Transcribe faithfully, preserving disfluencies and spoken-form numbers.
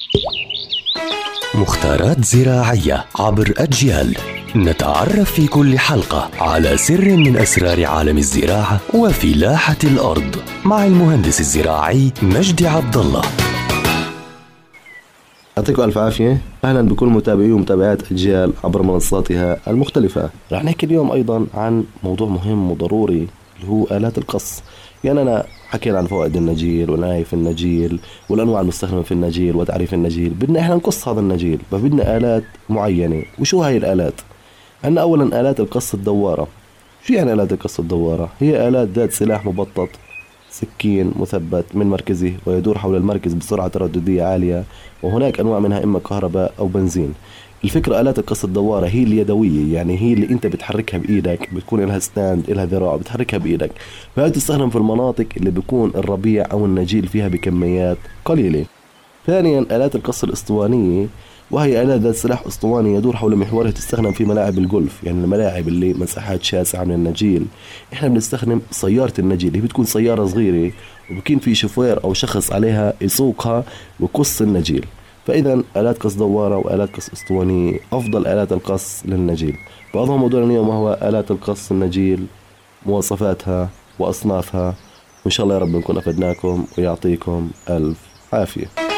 مختارات زراعية عبر أجيال، نتعرف في كل حلقة على سر من أسرار عالم الزراعة وفلاحة الأرض مع المهندس الزراعي مجدي عبد الله. يعطيكم ألف عافية. أهلا بكل متابعي ومتابعات أجيال عبر منصاتها المختلفة. رح نحكي اليوم أيضا عن موضوع مهم وضروري اللي هو آلات القص. يعني أنا حكينا عن فوائد النجيل ونعايف النجيل والأنواع المستخدمة في النجيل وتعريف النجيل. بدنا إحنا نقص هذا النجيل، فبدنا آلات معينة. وشو هاي الآلات؟ عندنا أولا آلات القص الدوارة. شو يعني آلات القص الدوارة؟ هي آلات ذات سلاح مبطط، سكين مثبت من مركزه ويدور حول المركز بسرعة ترددية عالية، وهناك أنواع منها إما كهرباء أو بنزين. الفكرة آلات القص الدوارة هي اليدوية، يعني هي اللي أنت بتحركها بإيدك، بتكون لها ستاند، لها ذراع بتحركها بإيدك. فهي تستخدم في المناطق اللي بيكون الربيع أو النجيل فيها بكميات قليلة. ثانيا آلات القص الأسطوانية، وهي آلات ذات سلاح أسطواني يدور حول محورها، تستخدم في ملاعب الجولف، يعني الملاعب اللي مساحات شاسعة من النجيل. احنا بنستخدم سيارة النجيل، هي بتكون سيارة صغيرة وبكون في شوفير أو شخص عليها يسوقها ويقص النجيل. فإذا آلات قص دوارة وآلات قص أسطوانية أفضل آلات القص للنجيل. فهذا موضوعنا اليوم وهو آلات القص النجيل، مواصفاتها وأصنافها. وإن شاء الله يا رب نكون أفدناكم ويعطيكم ألف عافية.